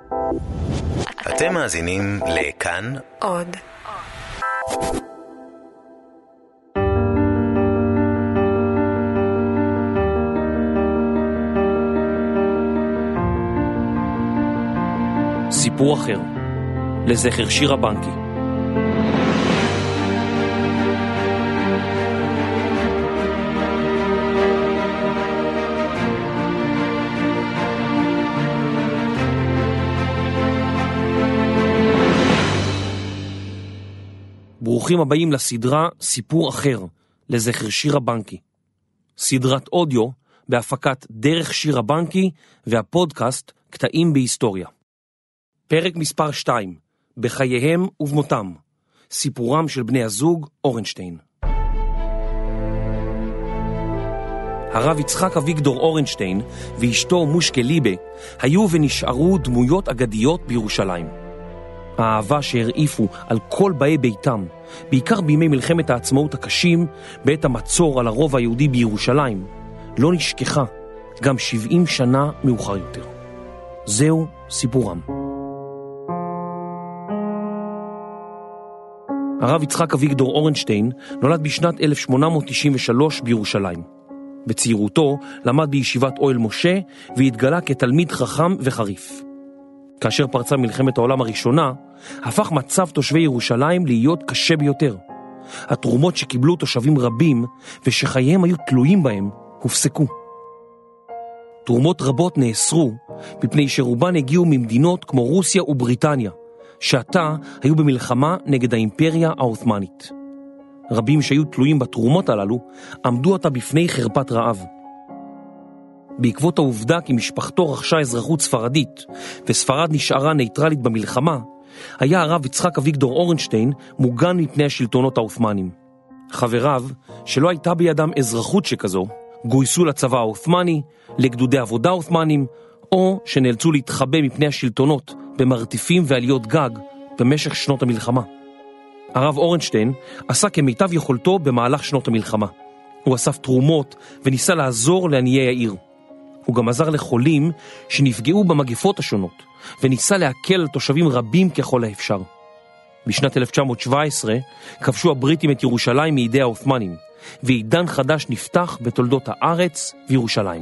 אתם מאזינים לכאן עוד. סיפור אחר, לזכר שירה בנקי. ברוכים הבאים לסדרה סיפור אחר, לזכר שירה בנקי. סדרת אודיו בהפקת דרך שירה בנקי והפודקאסט קטעים בהיסטוריה. פרק מספר 2, בחייהם ובמותם, סיפורם של בני הזוג אורנשטיין. הרב יצחק אביגדור אורנשטיין ואשתו מושקה ליבה היו ונשארו דמויות אגדיות בירושלים. האהבה שהרעיפו על כל באי ביתם, בעיקר בימי מלחמת העצמאות הקשים, בעת המצור על הרוב היהודי בירושלים, לא נשכחה גם 70 שנה מאוחר יותר. זהו סיפורם. הרב יצחק אביגדור אורנשטיין נולד בשנת 1893 בירושלים. בצעירותו למד בישיבת אוהל משה והתגלה כתלמיד חכם וחריף. כאשר פרצה מלחמת העולם הראשונה, הפך מצב תושבי ירושלים להיות קשה ביותר. התרומות שקיבלו תושבים רבים ושחייהם היו תלויים בהם הופסקו. תרומות רבות נאסרו מפני שרובן הגיעו ממדינות כמו רוסיה ובריטניה, שעתה היו במלחמה נגד האימפריה העות'מאנית. רבים שהיו תלויים בתרומות הללו עמדו עתה בפני חרפת רעב. בעקבות העובדה כי משפחתו רכשה אזרחות ספרדית וספרד נשארה נייטרלית במלחמה, היה הרב יצחק אביגדור אורנשטיין מוגן מפני השלטונות העות'מאנים. חבריו, שלא הייתה בידם אזרחות שכזו, גויסו לצבא העות'מאני, לגדודי עבודה עות'מאנים, או שנאלצו להתחבא מפני השלטונות במרתפים ועליות גג במשך שנות המלחמה. הרב אורנשטיין עשה כמיטב יכולתו במהלך שנות המלחמה. הוא אסף תרומות וניסה לעזור לעניי העיר. הוא גם עזר לחולים שנפגעו במגפות השונות, וניסה להקל על תושבים רבים ככל האפשר. בשנת 1917 כבשו הבריטים את ירושלים מידי העות'מאנים, ועידן חדש נפתח בתולדות הארץ וירושלים.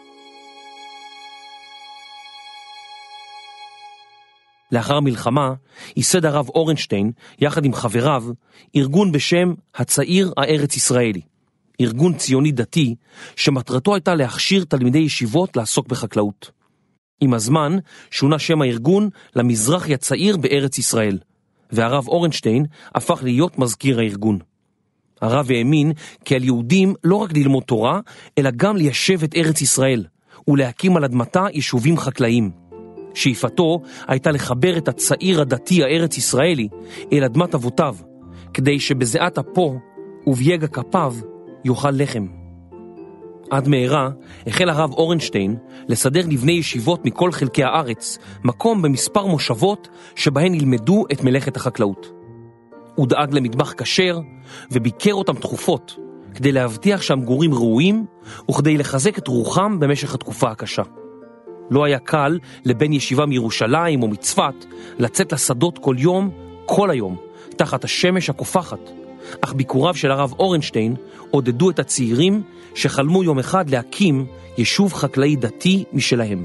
לאחר המלחמה ייסד הרב אורנשטיין יחד עם חבריו ארגון בשם הצעיר הארץ ישראלי, ארגון ציוני דתי שמטרתו הייתה להכשיר תלמידי ישיבות לעסוק בחקלאות. עם הזמן שונה שם הארגון למזרחי הצעיר בארץ ישראל, והרב אורנשטיין הפך להיות מזכיר הארגון. הרב האמין כי על יהודים לא רק ללמוד תורה, אלא גם ליישב את ארץ ישראל ולהקים על אדמתה יישובים חקלאיים. שאיפתו הייתה לחבר את הצעיר הדתי הארץ ישראלי אל אדמת אבותיו, כדי שבזיעת אפו וביגע כפיו יאכל לחם. עד מהרה החל הרב אורנשטיין לסדר לבני ישיבות מכל חלקי הארץ מקום במספר מושבות שבהן ילמדו את מלאכת החקלאות. הוא דאג למטבח כשר וביקר אותם תכופות כדי להבטיח שהמגורים ראויים וכדי לחזק את רוחם במשך התקופה הקשה. לא היה קל לבן ישיבה מירושלים או מצפת לצאת לשדות כל יום, כל היום, תחת השמש הקופחת. אך ביקוריו של הרב אורנשטיין עודדו את הצעירים שחלמו יום אחד להקים יישוב חקלאי דתי משלהם.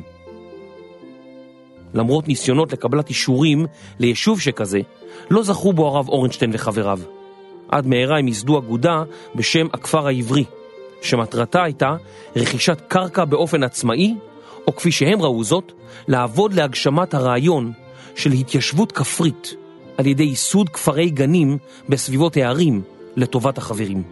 למרות ניסיונות לקבלת אישורים ליישוב שכזה, לא זכו בו הרב אורנשטיין וחבריו. עד מהרה הם ייסדו אגודה בשם הכפר העברי, שמטרתה הייתה רכישת קרקע באופן עצמאי, או כפי שהם ראו זאת, לעבוד להגשמת הרעיון של התיישבות כפרית על ידי ייסוד כפרי גנים בסביבות הערים לטובת החברים.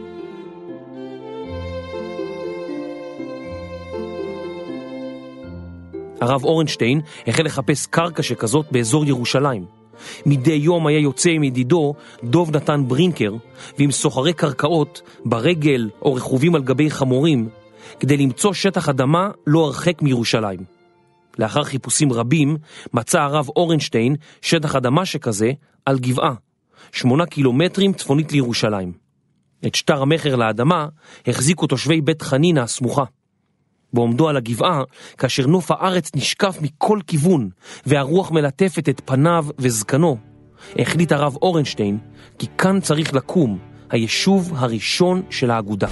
הרב אורנשטיין החל לחפש קרקע שכזאת באזור ירושלים. מדי יום היה יוצא עם ידידו דוב נתן ברינקר ועם סוחרי קרקעות ברגל או רכובים על גבי חמורים כדי למצוא שטח אדמה לא הרחק מירושלים. לאחר חיפושים רבים מצא הרב אורנשטיין שטח אדמה שכזה על גבעה, 8 קילומטרים צפונית לירושלים. את שטר המחר לאדמה החזיקו תושבי בית חנינה הסמוכה. בעומדו על הגבעה, כאשר נוף הארץ נשקף מכל כיוון והרוח מלטפת את פניו וזקנו, החליט הרב אורנשטיין כי כאן צריך לקום היישוב הראשון של האגודה.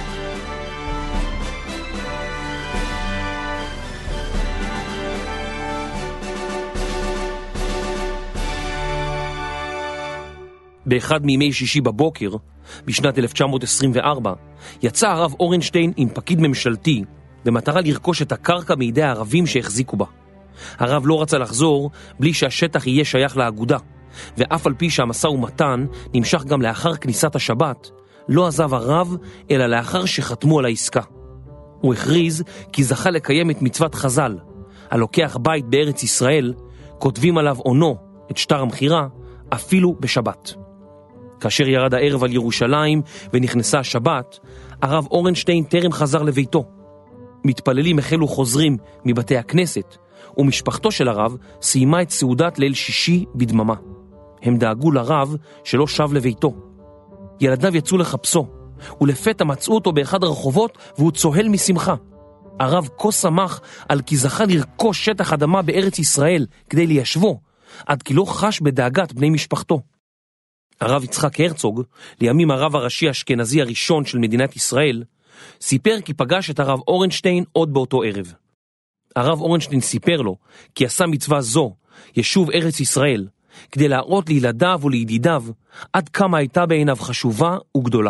באחד מימי שישי בבוקר, בשנת 1924, יצא הרב אורנשטיין עם פקיד ממשלתי במטרה לרכוש את הקרקע מידי הערבים שהחזיקו בה. הרב לא רצה לחזור בלי שהשטח יהיה שייך לאגודה, ואף על פי שהמשא ומתן נמשך גם לאחר כניסת השבת, לא עזב הרב אלא לאחר שחתמו על העסקה. הוא הכריז כי זכה לקיים את מצוות חז"ל, הלוקח בית בארץ ישראל, כותבים עליו עונו, את שטר המחירה, אפילו בשבת. כאשר ירד הערב על ירושלים ונכנסה השבת, הרב אורנשטיין טרם חזר לביתו. מתפללים החלו חוזרים מבתי הכנסת, ומשפחתו של הרב סיימה את סעודת ליל שישי בדממה. הם דאגו לרב שלא שב לביתו. ילדיו יצאו לחפשו, ולפתע מצאו אותו באחד הרחובות והוא צוהל משמחה. הרב כה שמח על כי זכה לרכוש שטח אדמה בארץ ישראל כדי ליישבו, עד כי לא חש בדאגת בני משפחתו. הרב יצחק הרצוג, לימים הרב הראשי האשכנזי הראשון של מדינת ישראל, סיפר כי פגש את הרב אורנשטיין עוד באותו ערב. הרב אורנשטיין סיפר לו כי עשה מצווה זו, יישוב ארץ ישראל, כדי להראות לילדיו ולידידיו עד כמה הייתה בעיניו חשובה וגדולה.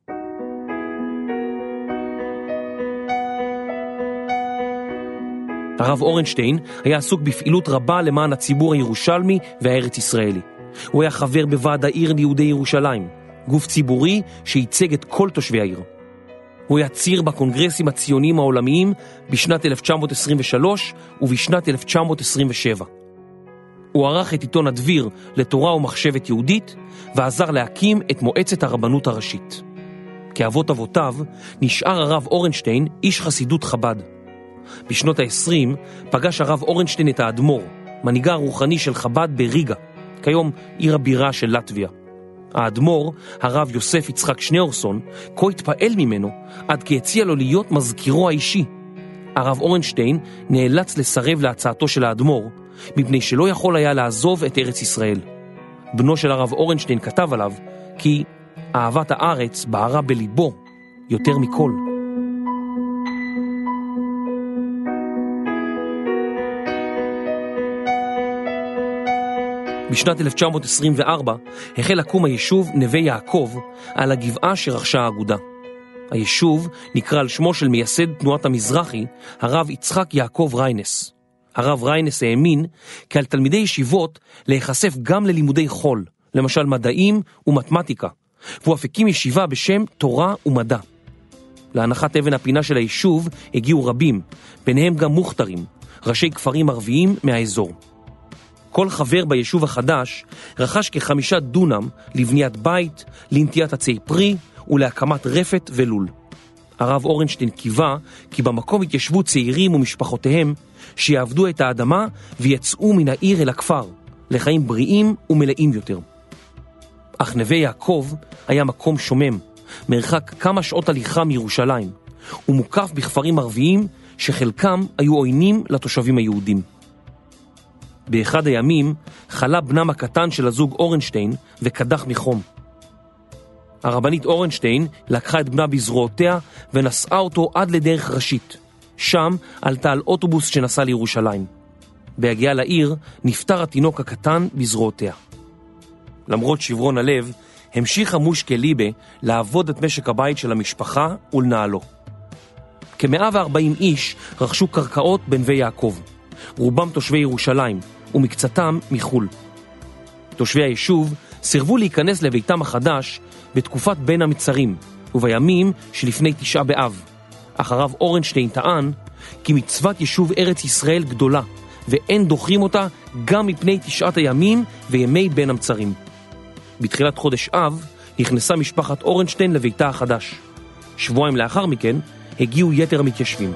הרב אורנשטיין היה עסוק בפעילות רבה למען הציבור הירושלמי והארץ ישראלי. הוא היה חבר בוועד העיר ליהודי ירושלים, גוף ציבורי שייצג את כל תושבי העיר. הוא היה ציר בקונגרסים הציוניים העולמיים בשנת 1923 ובשנת 1927. הוא ערך את עיתון הדביר לתורה ומחשבת יהודית, ועזר להקים את מועצת הרבנות הראשית. כאבות אבותיו נשאר הרב אורנשטיין איש חסידות חב"ד. בשנות ה-20 פגש הרב אורנשטיין את האדמו"ר, מנהיגה הרוחני של חב"ד בריגה, כיום עיר הבירה של לטביה. האדמו"ר, הרב יוסף יצחק שניאורסון, כה התפעל ממנו עד כי הציע לו להיות מזכירו האישי. הרב אורנשטיין נאלץ לסרב להצעתו של האדמו"ר, מפני שלא יכול היה לעזוב את ארץ ישראל. בנו של הרב אורנשטיין כתב עליו כי אהבת הארץ בערה בליבו יותר מכל. בשנת 1924 החל לקום היישוב נווה יעקב על הגבעה שרכשה האגודה. היישוב נקרא על שמו של מייסד תנועת המזרחי, הרב יצחק יעקב ריינס. הרב ריינס האמין כי על תלמידי ישיבות להיחשף גם ללימודי חול, למשל מדעים ומתמטיקה, והוא אף הקים ישיבה בשם תורה ומדע. להנחת אבן הפינה של היישוב הגיעו רבים, ביניהם גם מוכתרים, ראשי כפרים ערביים מהאזור. כל חבר ביישוב החדש רכש כ5 דונם לבניית בית, לנטיית עצי פרי ולהקמת רפת ולול. הרב אורנשטיין קיווה כי במקום התיישבו צעירים ומשפחותיהם שיעבדו את האדמה ויצאו מן העיר אל הכפר, לחיים בריאים ומלאים יותר. אך נווה יעקב היה מקום שומם, מרחק כמה שעות הליכה מירושלים, ומוקף בכפרים ערביים שחלקם היו עוינים לתושבים היהודים. באחד הימים חלה בנם הקטן של הזוג אורנשטיין וקדח מחום. הרבנית אורנשטיין לקחה את בנה בזרועותיה ונסעה אותו עד לדרך ראשית. שם עלתה על אוטובוס שנסע לירושלים. בהגיעה לעיר נפטר התינוק הקטן בזרועותיה. למרות שברון הלב, המשיכה מושקה ליבה לעבוד את משק הבית של המשפחה ולנהלו. כ140 איש רכשו קרקעות בנווה יעקב, רובם תושבי ירושלים ומקצתם מחול. תושבי היישוב סירבו להיכנס לביתם החדש בתקופת בין המצרים ובימים שלפני 9 באב. אך הרב אורנשטיין טען כי מצוות יישוב ארץ ישראל גדולה ואין דוחים אותה גם מפני 9 הימים וימי בין המצרים. בתחילת חודש אב נכנסה משפחת אורנשטיין לביתה החדש. שבועיים לאחר מכן הגיעו יתר המתיישבים.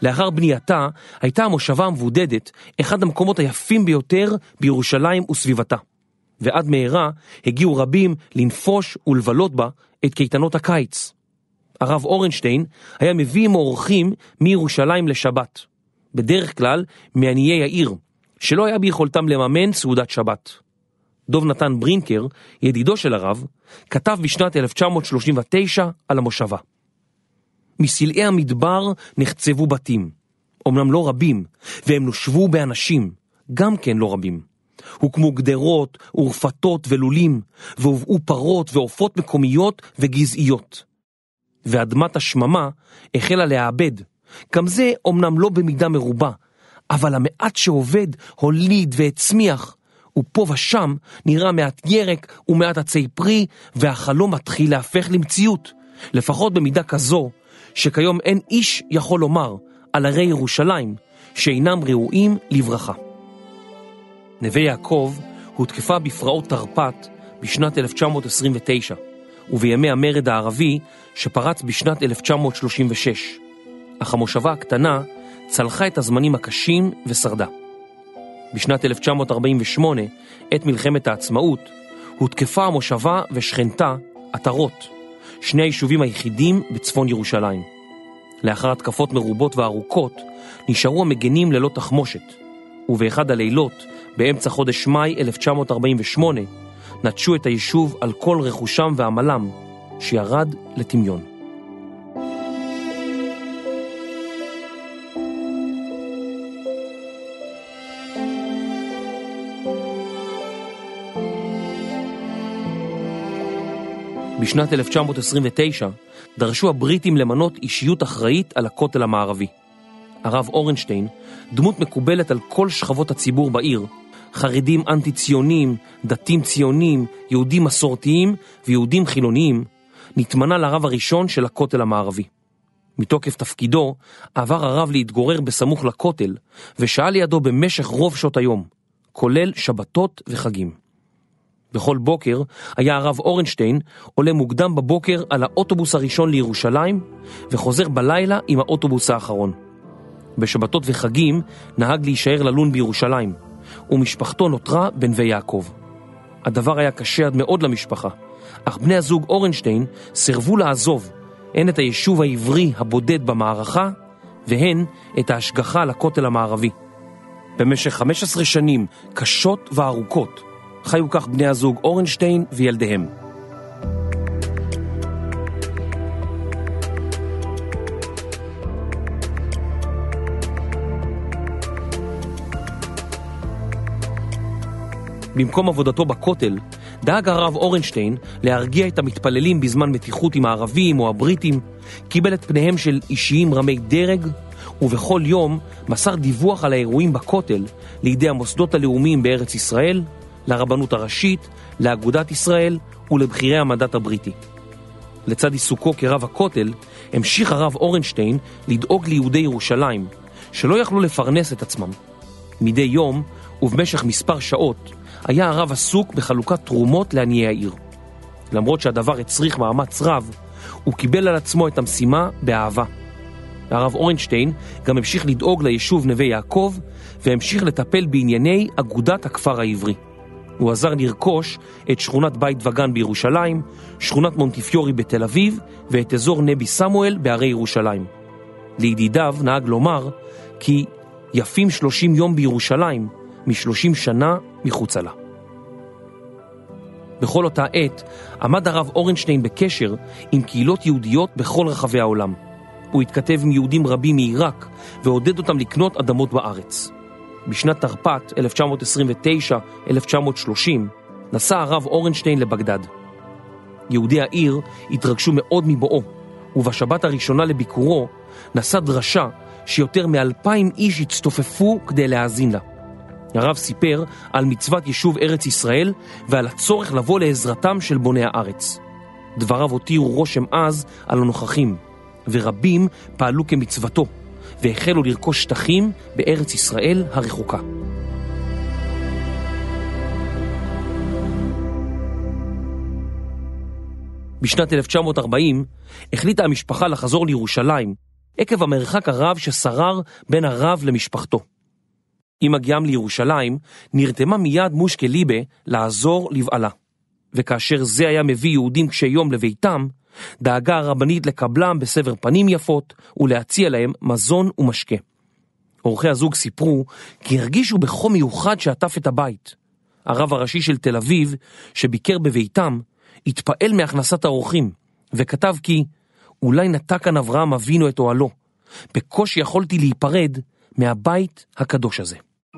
לאחר בנייתה הייתה המושבה המבודדת אחד המקומות היפים ביותר בירושלים וסביבתה, ועד מהרה הגיעו רבים לנפוש ולבלות בה את קייטנות הקיץ. הרב אורנשטיין היה מביא עם אורחים מירושלים לשבת, בדרך כלל מעניי העיר, שלא היה ביכולתם לממן סעודת שבת. דוב נתן ברינקר, ידידו של הרב, כתב בשנת 1939 על המושבה. מסלעי המדבר נחצבו בתים, אמנם לא רבים, והם נושבו באנשים, גם כן לא רבים. הוקמו גדרות ורפתות ולולים, והובאו פרות ועופות מקומיות וגזעיות. ואדמת השממה החלה להאבד, גם זה אמנם לא במידה מרובה, אבל המעט שעובד הוליד והצמיח, ופה ושם נראה מעט ירק ומעט עצי פרי, והחלום מתחיל להפך למציאות, לפחות במידה כזו, שכיום אין איש יכול לומר על ערי ירושלים שאינם ראויים לברכה. נווה יעקב הותקפה בפרעות תרפ"ט בשנת 1929, ובימי המרד הערבי שפרץ בשנת 1936, אך המושבה הקטנה צלחה את הזמנים הקשים ושרדה. בשנת 1948, עת מלחמת העצמאות, הותקפה המושבה ושכנתה עטרות, שני היישובים היחידים בצפון ירושלים. לאחר התקפות מרובות וארוכות, נשארו המגנים ללא תחמושת, ובאחד הלילות, באמצע חודש מאי 1948, נטשו את היישוב על כל רכושם ועמלם, שירד לטמיון. בשנת 1929 דרשו הבריטים למנות אישיות אחראית על הכותל המערבי. הרב אורנשטיין, דמות מקובלת על כל שכבות הציבור בעיר, חרדים אנטי-ציונים, דתיים ציונים, יהודים מסורתיים ויהודים חילוניים, נתמנה לרב הראשון של הכותל המערבי. מתוקף תפקידו עבר הרב להתגורר בסמוך לכותל, ושעה לידו במשך רוב שעות היום, כולל שבתות וחגים. בכל בוקר היה הרב אורנשטיין עולה מוקדם בבוקר על האוטובוס הראשון לירושלים, וחוזר בלילה עם האוטובוס האחרון. בשבתות וחגים נהג להישאר ללון בירושלים, ומשפחתו נותרה בנווה יעקב. הדבר היה קשה עד מאוד למשפחה, אך בני הזוג אורנשטיין סירבו לעזוב, הן את היישוב העברי הבודד במערכה, והן את ההשגחה על הכותל המערבי. במשך 15 שנים קשות וארוכות, חיו כך בני הזוג אורנשטיין וילדיהם. במקום עבודתו בכותל, דאג הרב אורנשטיין להרגיע את המתפללים בזמן מתיחות עם הערבים או הבריטים, קיבל את פניהם של אישיים רמי דרג, ובכל יום מסר דיווח על האירועים בכותל לידי המוסדות הלאומיים בארץ ישראל, לרבנות הראשית, לאגודת ישראל ולבחירי המנדט הבריטי. לצד עיסוקו כרב הכותל, המשיך הרב אורנשטיין לדאוג ליהודי ירושלים, שלא יכלו לפרנס את עצמם. מדי יום ובמשך מספר שעות היה הרב עסוק בחלוקת תרומות לעניי העיר. למרות שהדבר הצריך מאמץ רב, הוא קיבל על עצמו את המשימה באהבה. הרב אורנשטיין גם המשיך לדאוג ליישוב נווה יעקב, והמשיך לטפל בענייני אגודת הכפר העברי. הוא עזר לרכוש את שכונת בית וגן בירושלים, שכונת מונטיפיורי בתל אביב, ואת אזור נבי סמואל בערי ירושלים. לידידיו נהג לומר כי יפים 30 יום בירושלים, מ-30 שנה מחוצה לה. בכל אותה עת עמד הרב אורנשטיין בקשר עם קהילות יהודיות בכל רחבי העולם. הוא התכתב עם יהודים רבים מעיראק ועודד אותם לקנות אדמות בארץ. בשנת תרפ"ט 1929-1930 נסע הרב אורנשטיין לבגדד. יהודי העיר התרגשו מאוד מבואו, ובשבת הראשונה לביקורו נשא דרשה שיותר מ2,000 איש הצטופפו כדי להאזין לה. הרב סיפר על מצוות יישוב ארץ ישראל ועל הצורך לבוא לעזרתם של בוני הארץ. דבריו הותירו רושם עז על הנוכחים, ורבים פעלו כמצוותו, והחלו לרכוש שטחים בארץ ישראל הרחוקה. בשנת 1940 החליטה המשפחה לחזור לירושלים, עקב המרחק הרב ששרר בין הרב למשפחתו. עם הגיעם לירושלים, נרתמה מיד מושקה ליבה לעזור לבעלה. וכאשר זה היה מביא יהודים קשי יום לביתם, דאגה הרבנית לקבלם בסבר פנים יפות ולהציע להם מזון ומשקה. אורחי הזוג סיפרו כי הרגישו בחום מיוחד שעטף את הבית. הרב הראשי של תל אביב, שביקר בביתם, התפעל מהכנסת האורחים, וכתב כי אולי נטע כאן אברהם אבינו את אוהלו. בקושי יכולתי להיפרד מהבית הקדוש הזה.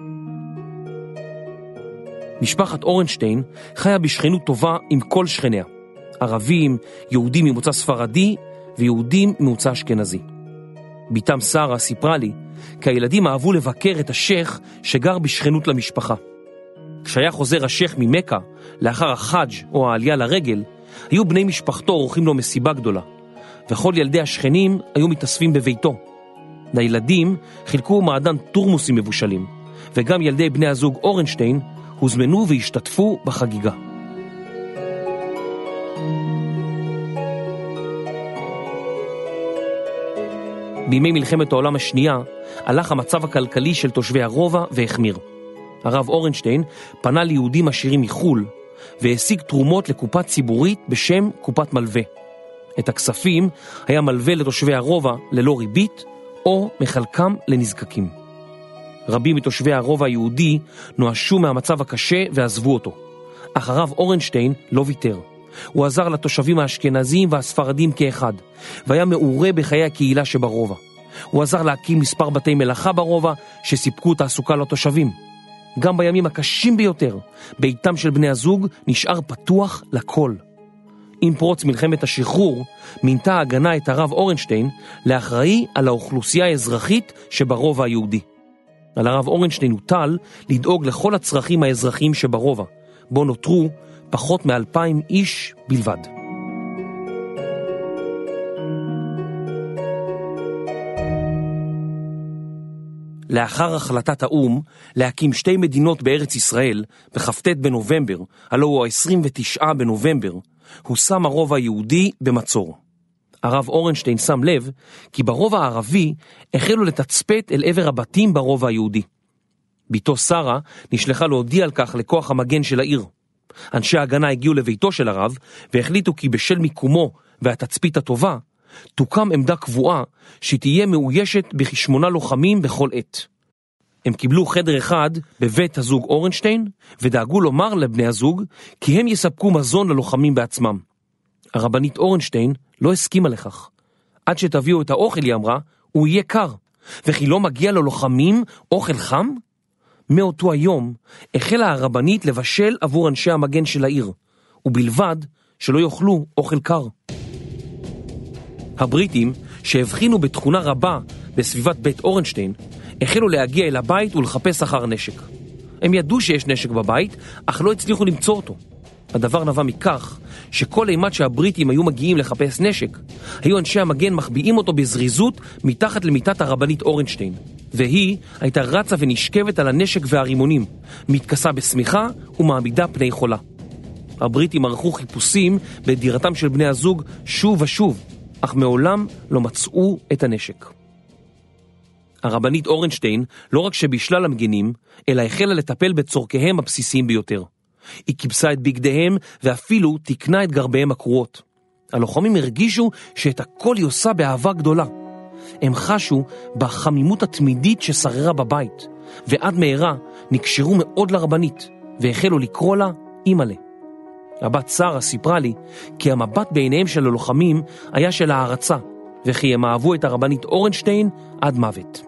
משפחת אורנשטיין חיה בשכנות טובה עם כל שכניה. ערבים, יהודים ממוצא ספרדי ויהודים ממוצא אשכנזי. ביתם שרה סיפרה לי כי הילדים אהבו לבקר את השייך שגר בשכנות למשפחה. כשהיה חוזר השייך ממכה לאחר החאג' או העלייה לרגל, היו בני משפחתו עורכים לו מסיבה גדולה, וכל ילדי השכנים היו מתאספים בביתו. לילדים חילקו מעדן טורמוסים מבושלים, וגם ילדי בני הזוג אורנשטיין הוזמנו והשתתפו בחגיגה. בימי מלחמת העולם השנייה הלך המצב הכלכלי של תושבי הרובע והחמיר. הרב אורנשטיין פנה ליהודים עשירים מחול והשיג תרומות לקופה ציבורית בשם קופת מלווה. את הכספים היה מלווה לתושבי הרובע ללא ריבית או מחלקם לנזקקים. רבים מתושבי הרובע היהודי נואשו מהמצב הקשה ועזבו אותו. אך הרב אורנשטיין לא ויתר. הוא עזר לתושבים האשכנזים והספרדים כאחד, והיה מעורה בחיי הקהילה שברובע. הוא עזר להקים מספר בתי מלאכה ברובע שסיפקו תעסוקה לתושבים. גם בימים הקשים ביותר, ביתם של בני הזוג נשאר פתוח לכל. עם פרוץ מלחמת השחרור, מינתה ההגנה את הרב אורנשטיין לאחראי על האוכלוסייה האזרחית שברובע היהודי. על הרב אורנשטיין הוטל לדאוג לכל הצרכים האזרחיים שברובע, בו נותרו פחות מ2,000 איש בלבד. לאחר החלטת האום להקים 2 מדינות בארץ ישראל בכ"ט בנובמבר, הלא הוא 29 בנובמבר, הושם הרובע היהודי במצור. הרב אורנשטיין שם לב כי ברובע הערבי החלו לתצפת אל עבר הבתים ברובע היהודי. ביתו שרה נשלחה להודיע על כך לכוח המגן של העיר. אנשי ההגנה הגיעו לביתו של הרב והחליטו כי בשל מיקומו והתצפית הטובה תוקם עמדה קבועה שתהיה מאוישת בכ8 לוחמים בכל עת. הם קיבלו חדר אחד בבית הזוג אורנשטיין ודאגו לומר לבני הזוג כי הם יספקו מזון ללוחמים בעצמם. הרבנית אורנשטיין לא הסכימה לכך. עד שתביאו את האוכל, היא אמרה, הוא יהיה קר, וכי לא מגיע ללוחמים אוכל חם? מאותו היום החלה הרבנית לבשל עבור אנשי המגן של העיר, ובלבד שלא יאכלו אוכל קר. הבריטים שהבחינו בתכונה רבה בסביבת בית אורנשטיין, החלו להגיע אל הבית ולחפש אחר נשק. הם ידעו שיש נשק בבית, אך לא הצליחו למצוא אותו. הדבר נבע מכך שכל אימת שהבריטים היו מגיעים לחפש נשק, היו אנשי המגן מחביאים אותו בזריזות מתחת למיטת הרבנית אורנשטיין, והיא הייתה רצה ונשכבת על הנשק והרימונים, מתכסה בסמיכה ומעמידה פני חולה. הבריטים ערכו חיפושים בדירתם של בני הזוג שוב ושוב, אך מעולם לא מצאו את הנשק. הרבנית אורנשטיין לא רק שבישלה למגנים, אלא החלה לטפל בצורכיהם הבסיסיים ביותר. היא קיבסה את בגדיהם ואפילו תקנה את גרביהם הקרועות. הלוחמים הרגישו שאת הכל היא עושה באהבה גדולה. הם חשו בחמימות התמידית ששררה בבית, ועד מהרה נקשרו מאוד לרבנית, והחלו לקרוא לה אימאלה. הבת שרה סיפרה לי כי המבט בעיניהם של הלוחמים היה של הערצה, וכי הם אהבו את הרבנית אורנשטיין עד מוות.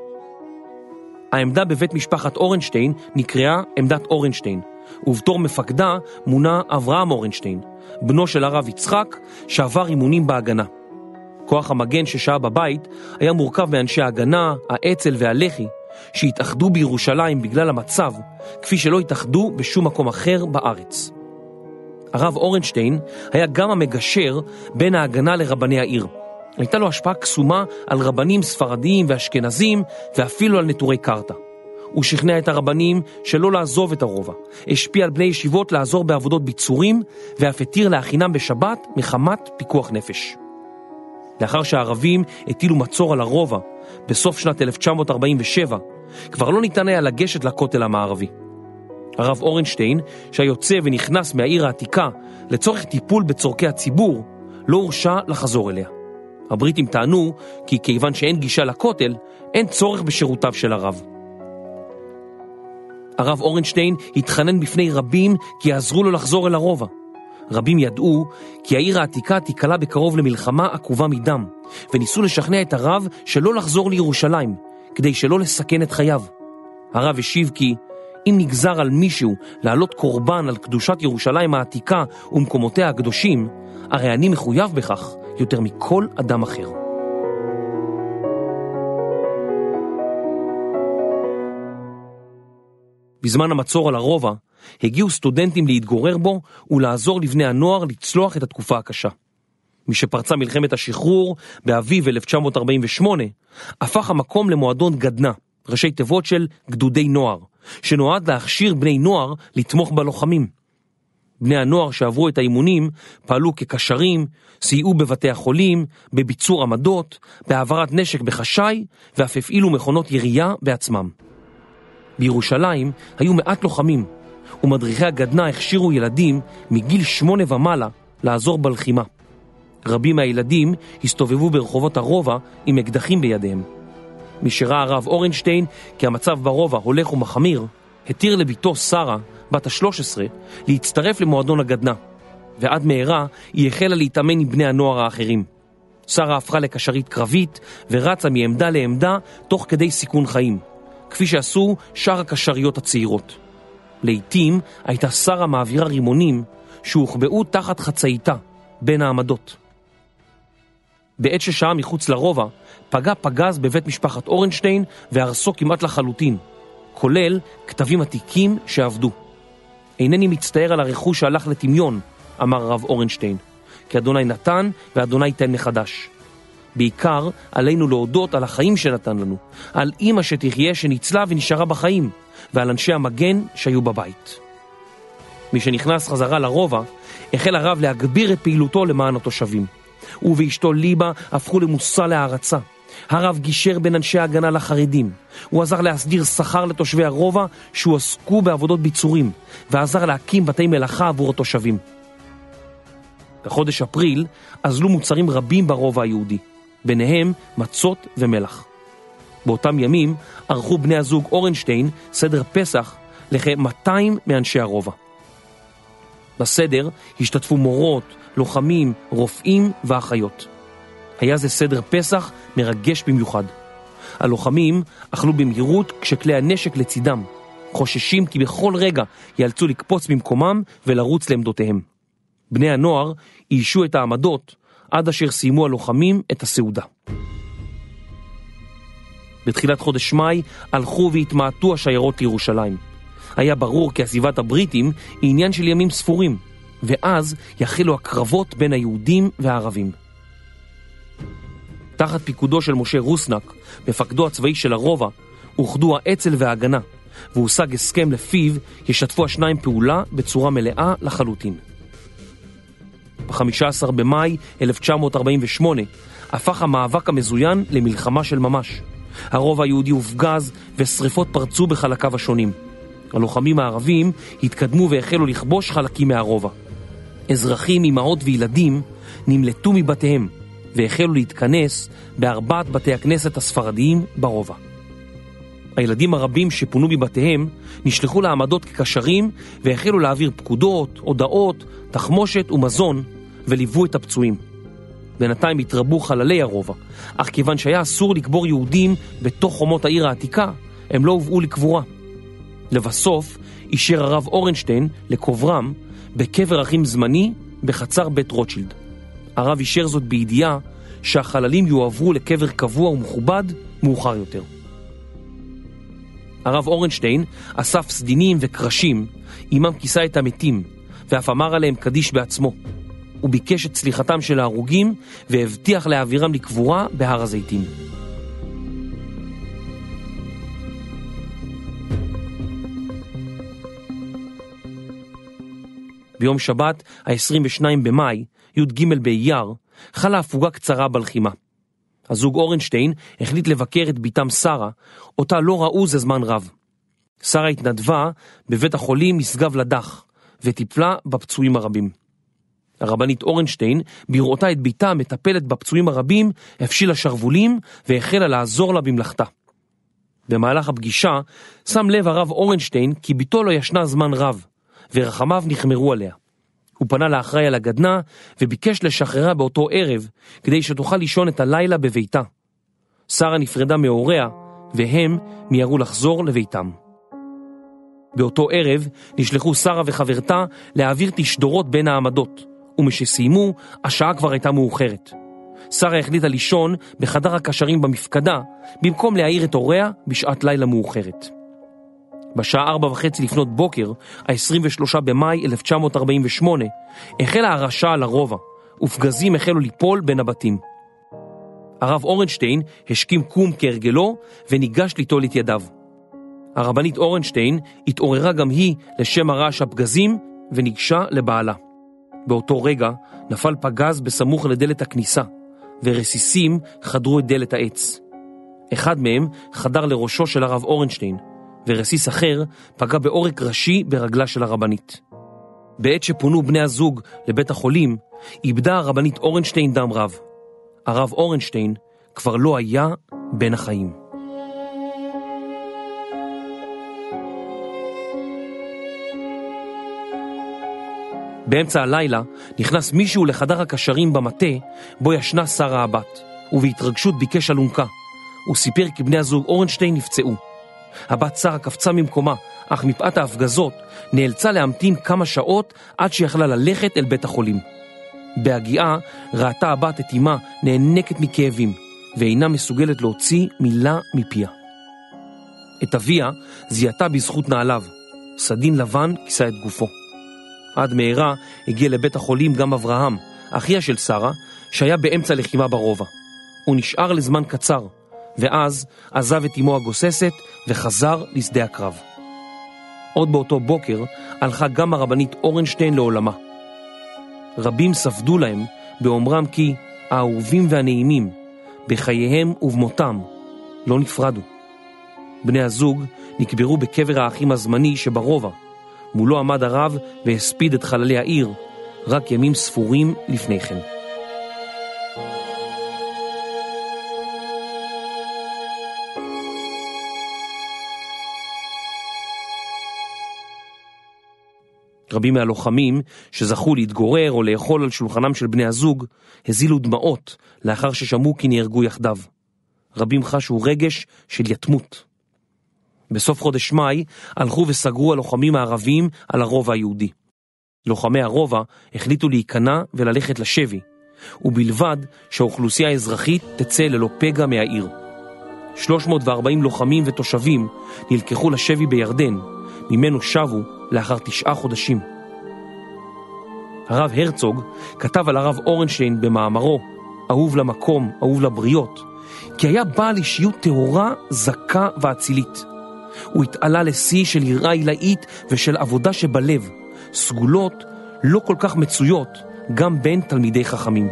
העמדה בבית משפחת אורנשטיין נקראה עמדת אורנשטיין, ובתור מפקדה מונה אברהם אורנשטיין, בנו של הרב יצחק שעבר אימונים בהגנה. כוח המגן ששהה בבית היה מורכב מאנשי ההגנה, האצ"ל והלח"י, שהתאחדו בירושלים בגלל המצב, כפי שלא התאחדו בשום מקום אחר בארץ. הרב אורנשטיין היה גם המגשר בין ההגנה לרבני העיר. הייתה לו השפעה קסומה על רבנים ספרדיים ואשכנזים ואפילו על נטורי קרתא. הוא שכנע את הרבנים שלא לעזוב את הרובע, השפיע על בני ישיבות לעזור בעבודות ביצורים ואף התיר להכינם בשבת מחמת פיקוח נפש. לאחר שהערבים הטילו מצור על הרובע בסוף שנת 1947, כבר לא ניתן היה לגשת לכותל המערבי. הרב אורנשטיין, שהיוצא ונכנס מהעיר העתיקה לצורך טיפול בצורכי הציבור, לא הורשה לחזור אליה. הבריטים טענו כי כיוון שאין גישה לכותל, אין צורך בשירותיו של הרב. הרב אורנשטיין התחנן בפני רבים כי יעזרו לו לחזור אל הרובע. רבים ידעו כי העיר העתיקה תיקלה בקרוב למלחמה עקובה מדם, וניסו לשכנע את הרב שלא לחזור לירושלים, כדי שלא לסכן את חייו. הרב השיב כי אם נגזר על מישהו לעלות קורבן על קדושת ירושלים העתיקה ומקומותיה הקדושים, הרי אני מחויב בכך יותר מכל אדם אחר. בזמן המצור על הרובע, הגיעו סטודנטים להתגורר בו ולעזור לבני הנוער לצלוח את התקופה הקשה. משפרצה מלחמת השחרור באביב 1948, הפך המקום למועדון גדנ"ע, ראשי תיבות של גדודי נוער, שנועד להכשיר בני נוער לתמוך בלוחמים. בני הנוער שעברו את האימונים פעלו כקשרים, סייעו בבתי החולים, בביצור עמדות, בהעברת נשק בחשאי, ואף הפעילו מכונות ירייה בעצמם. בירושלים היו מעט לוחמים, ומדריכי הגדנ"ע הכשירו ילדים מגיל 8 ומעלה לעזור בלחימה. רבים מהילדים הסתובבו ברחובות הרובע עם אקדחים בידיהם. משראה הרב אורנשטיין כי המצב ברובע הולך ומחמיר, התיר לביתו שרה, בת ה-13, להצטרף למועדון הגדנ"ע, ועד מהרה היא החלה להתאמן עם בני הנוער האחרים. שרה הפכה לקשרית קרבית ורצה מעמדה לעמדה תוך כדי סיכון חיים, כפי שעשו שאר הקשריות הצעירות. לעתים הייתה שרה מעבירה רימונים שהוחבאו תחת חצאיתה בין העמדות. בעת ששעה מחוץ לרובע פגע פגז בבית משפחת אורנשטיין והרסו כמעט לחלוטין, כולל כתבים עתיקים שעבדו. אינני מצטער על הרכוש שהלך לטמיון, אמר הרב אורנשטיין, כי אדוני נתן ואדוני ייתן מחדש. בעיקר עלינו להודות על החיים שנתן לנו, על אמא שתחיה שניצלה ונשארה בחיים, ועל אנשי המגן שהיו בבית. מי שנכנס חזרה לרובע, החל הרב להגביר את פעילותו למען התושבים. הוא ואשתו ליבה הפכו למושא להערצה. הרב גישר בין אנשי ההגנה לחרדים. הוא עזר להסדיר שכר לתושבי הרובע שהועסקו בעבודות ביצורים, ועזר להקים בתי מלאכה עבור התושבים. בחודש אפריל אזלו מוצרים רבים ברובע היהודי, ביניהם מצות ומלח. באותם ימים ערכו בני הזוג אורנשטיין סדר פסח לכ-200 מאנשי הרובע. בסדר השתתפו מורות, לוחמים, רופאים ואחיות. היה זה סדר פסח מרגש במיוחד. הלוחמים אכלו במהירות כשכלי הנשק לצידם, חוששים כי בכל רגע יאלצו לקפוץ במקומם ולרוץ לעמדותיהם. בני הנוער אישו את העמדות עד אשר סיימו הלוחמים את הסעודה. בתחילת חודש מאי הלכו והתמעטו השיירות לירושלים. היה ברור כי עזיבת הבריטים היא עניין של ימים ספורים, ואז יחלו הקרבות בין היהודים והערבים. תחת פיקודו של משה רוסנק, מפקדו הצבאי של הרובע, אוחדו האצ"ל וההגנה, והושג הסכם לפיו ישתפו השניים פעולה בצורה מלאה לחלוטין. ב-15 במאי 1948 הפך המאבק המזוין למלחמה של ממש. הרובע היהודי הופגז ושריפות פרצו בחלקיו השונים. הלוחמים הערבים התקדמו והחלו לכבוש חלקים מהרובע. אזרחים, אמהות וילדים נמלטו מבתיהם והחלו להתכנס בארבעת בתי הכנסת הספרדיים ברובע. הילדים הרבים שפונו מבתיהם נשלחו לעמדות כקשרים והחלו להעביר פקודות, הודעות, תחמושת ומזון וליוו את הפצועים. בינתיים התרבו חללי הרובע, אך כיוון שהיה אסור לקבור יהודים בתוך חומות העיר העתיקה, הם לא הובאו לקבורה. לבסוף אישר הרב אורנשטיין לקוברם בקבר אחים זמני בחצר בית רוטשילד. הרב אישר זאת בידיעה שהחללים יועברו לקבר קבוע ומכובד מאוחר יותר. הרב אורנשטיין אסף סדינים וקרשים, עמם כיסה את המתים, ואף אמר עליהם קדיש בעצמו. הוא ביקש את סליחתם של ההרוגים והבטיח להעבירם לקבורה בהר הזיתים. ביום שבת, ה-22 במאי, י"ג באייר, חלה הפוגה קצרה בלחימה. הזוג אורנשטיין החליט לבקר את ביתם שרה, אותה לא ראו זה זמן רב. שרה התנדבה בבית החולים משגב לדח, וטיפלה בפצועים הרבים. הרבנית אורנשטיין, בראותה את ביתה מטפלת בפצועים הרבים, הפשילה שרבולים והחלה לעזור לה במלאכתה. במהלך הפגישה, שם לב הרב אורנשטיין כי ביתו לא ישנה זמן רב, ורחמיו נחמרו עליה. הוא פנה לאחראי על הגדנה וביקש לשחררה באותו ערב, כדי שתוכל לישון את הלילה בביתה. שרה נפרדה מהוריה, והם מיהרו לחזור לביתם. באותו ערב נשלחו שרה וחברתה להעביר תשדורות בין העמדות, ומשסיימו, השעה כבר הייתה מאוחרת. שרה החליטה לישון בחדר הקשרים במפקדה, במקום להעיר את הוריה בשעת לילה מאוחרת. בשעה 4:30 לפנות בוקר, ה-23 במאי 1948, החלה הרעשה על הרובע, ופגזים החלו ליפול בין הבתים. הרב אורנשטיין השכים קום כהרגלו, וניגש ליטול את ידיו. הרבנית אורנשטיין התעוררה גם היא לשם הרעש הפגזים, וניגשה לבעלה. באותו רגע נפל פגז בסמוך לדלת הכניסה, ורסיסים חדרו את דלת העץ. אחד מהם חדר לראשו של הרב אורנשטיין, ורסיס אחר פגע בעורק ראשי ברגלה של הרבנית. בעת שפונו בני הזוג לבית החולים, איבדה הרבנית אורנשטיין דם רב. הרב אורנשטיין כבר לא היה בין החיים. באמצע הלילה נכנס מישהו לחדר הקשרים במטה בו ישנה שרה הבת, ובהתרגשות ביקש אלונקה. הוא סיפר כי בני הזוג אורנשטיין נפצעו. הבת שרה קפצה ממקומה, אך מפאת ההפגזות נאלצה להמתין כמה שעות עד שיכלה ללכת אל בית החולים. בהגיעה ראתה הבת את אמה נאנקת מכאבים, ואינה מסוגלת להוציא מילה מפיה. את אביה זיהתה בזכות נעליו, סדין לבן כיסה את גופו. עד מהרה הגיע לבית החולים גם אברהם, אחיה של שרה, שהיה באמצע לחימה ברובע. הוא נשאר לזמן קצר, ואז עזב את אמו הגוססת וחזר לשדה הקרב. עוד באותו בוקר הלכה גם הרבנית אורנשטיין לעולמה. רבים ספדו להם באומרם כי האהובים והנעימים בחייהם ובמותם לא נפרדו. בני הזוג נקברו בקבר האחים הזמני שברובע. מולו עמד הרב והספיד את חללי העיר רק ימים ספורים לפני כן. רבים מהלוחמים שזכו להתגורר או לאכול על שולחנם של בני הזוג הזילו דמעות לאחר ששמעו כי נהרגו יחדיו. רבים חשו רגש של יתמות. בסוף חודש מאי הלכו וסגרו הלוחמים הערבים על הרובע היהודי. לוחמי הרובע החליטו להיכנע וללכת לשבי, ובלבד שהאוכלוסייה האזרחית תצא ללא פגע מהעיר. 340 לוחמים ותושבים נלקחו לשבי בירדן, ממנו שבו לאחר 9 חודשים. הרב הרצוג כתב על הרב אורנשטיין במאמרו אהוב למקום, אהוב לבריות, כי היה בעל אישיות טהורה, זכה ואצילית. הוא התעלה לשיא של יראה עילאית ושל עבודה שבלב, סגולות לא כל כך מצויות גם בין תלמידי חכמים.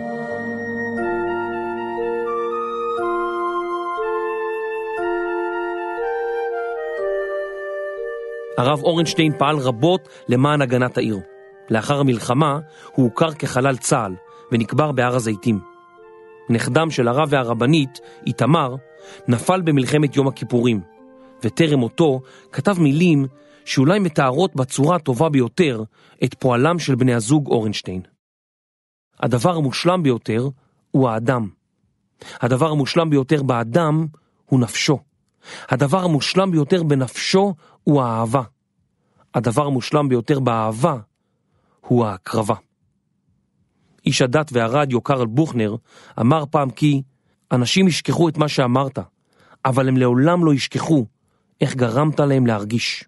הרב אורנשטיין פעל רבות למען הגנת העיר. לאחר המלחמה הוא הוכר כחלל צה"ל ונקבר בהר הזיתים. נכדם של הרב והרבנית, איתמר, נפל במלחמת יום הכיפורים, וטרם מותו כתב מילים שאולי מתארות בצורה הטובה ביותר את פועלם של בני הזוג אורנשטיין. הדבר המושלם ביותר הוא האדם. הדבר המושלם ביותר באדם הוא נפשו. הדבר המושלם ביותר בנפשו הוא האהבה. הדבר המושלם ביותר באהבה הוא ההקרבה. איש הדת והרדיו קרל בוכנר אמר פעם כי אנשים ישכחו את מה שאמרת, אבל הם לעולם לא ישכחו איך גרמת להם להרגיש.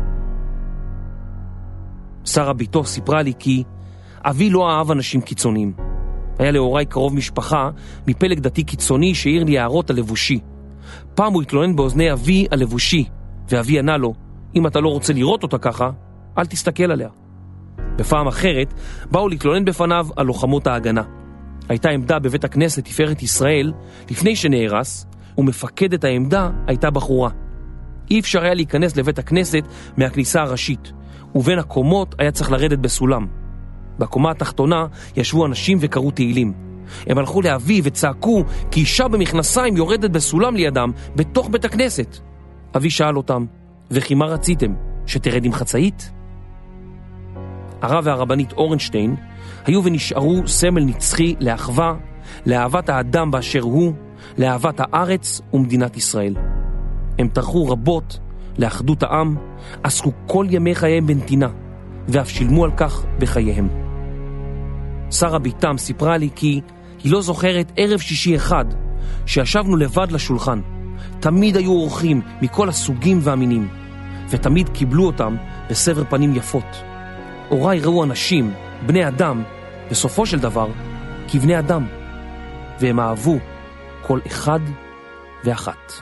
שרה ביתו סיפרה לי כי אבי לא אהב אנשים קיצוניים. היה להוריי קרוב משפחה מפלג דתי קיצוני שהעיר לי הערות על לבושי. פעם הוא התלונן באוזני אבי על לבושי, ואבי ענה לו, אם אתה לא רוצה לראות אותה ככה, אל תסתכל עליה. בפעם אחרת באו להתלונן בפניו על לוחמות ההגנה. הייתה עמדה בבית הכנסת תפארת ישראל לפני שנהרס, ומפקדת העמדה הייתה בחורה. אי אפשר היה להיכנס לבית הכנסת מהכניסה הראשית, ובין הקומות היה צריך לרדת בסולם. בקומה התחתונה ישבו אנשים וקראו תהילים. הם הלכו לאבי וצעקו כי אישה במכנסיים יורדת בסולם לידם בתוך בית הכנסת. אבי שאל אותם, וכי מה רציתם, שתרד עם חצאית? הרב והרבנית אורנשטיין היו ונשארו סמל נצחי לאחווה, לאהבת האדם באשר הוא, לאהבת הארץ ומדינת ישראל. הם טרחו רבות לאחדות העם, עסקו כל ימי חייהם בנתינה, ואף שילמו על כך בחייהם. שרה ביתם סיפרה לי כי היא לא זוכרת ערב שישי אחד שישבנו לבד לשולחן. תמיד היו אורחים מכל הסוגים והמינים, ותמיד קיבלו אותם בסבר פנים יפות. הוריי ראו אנשים, בני אדם, בסופו של דבר, כבני אדם, והם אהבו כל אחד ואחת.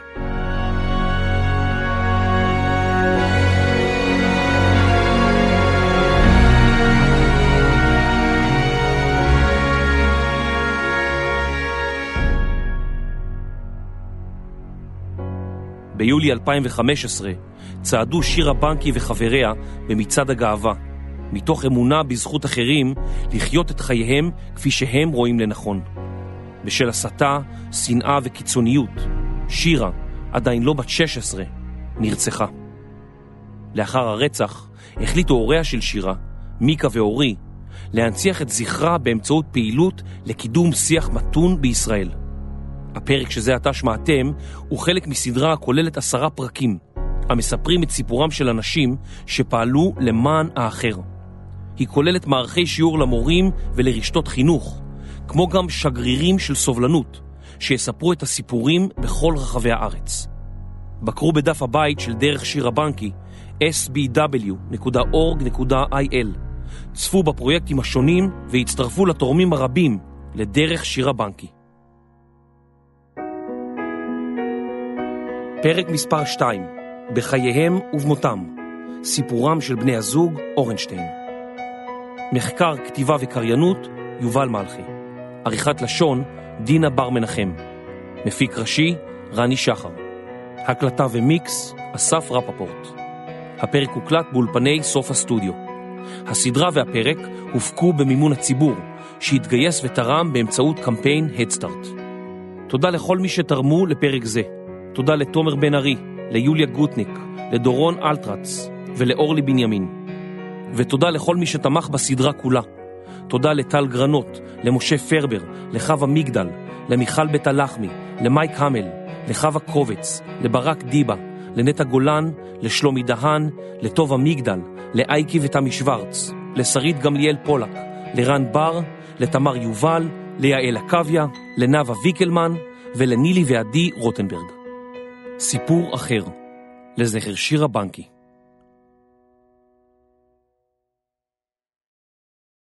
ביולי 2015 צעדו שירה בנקי וחבריה במצעד הגאווה, מתוך אמונה בזכות אחרים לחיות את חייהם כפי שהם רואים לנכון. בשל הסתה, שנאה וקיצוניות, שירה, עדיין לא בת 16, נרצחה. לאחר הרצח החליטו הוריה של שירה, מיקה ואורי, להנציח את זכרה באמצעות פעילות לקידום שיח מתון בישראל. הפרק שזה עתה שמעתם הוא חלק מסדרה הכוללת 10 פרקים, המספרים את סיפורם של אנשים שפעלו למען האחר. היא כוללת מערכי שיעור למורים ולרשתות חינוך, כמו גם שגרירים של סובלנות, שיספרו את הסיפורים בכל רחבי הארץ. בקרו בדף הבית של דרך שירה בנקי, sbw.org.il, צפו בפרויקטים השונים והצטרפו לתורמים הרבים לדרך שירה בנקי. פרק מספר 2, בחייהם ובמותם, סיפורם של בני הזוג אורנשטיין. מחקר, כתיבה וקריינות, יובל מלכי. עריכת לשון, דינה בר מנחם. מפיק ראשי, רני שחר. הקלטה ומיקס, אסף רפפורט. הפרק הוקלט באולפני סוף הסטודיו. הסדרה והפרק הופקו במימון הציבור, שהתגייס ותרם באמצעות קמפיין הדסטארט. תודה לכל מי שתרמו לפרק זה. תודה לתומר בן ארי, ליוליה גוטניק, לדורון אלטרץ ולאורלי בנימין. ותודה לכל מי שתמך בסדרה כולה. תודה לטל גרנות, למשה פרבר, לחווה מגדל, למיכל בית הלחמי, למייק המל, לחווה קובץ, לברק דיבה, לנטה גולן, לשלומי דהן, לטובה מגדל, לאייקי ותמי שוורץ, לשרית גמליאל פולק, לרן בר, לתמר יובל, ליעל הקוויה, לנאווה ויקלמן ולנילי ועדי רוטנברג. סיפור אחר, לזכר שירה בנקי.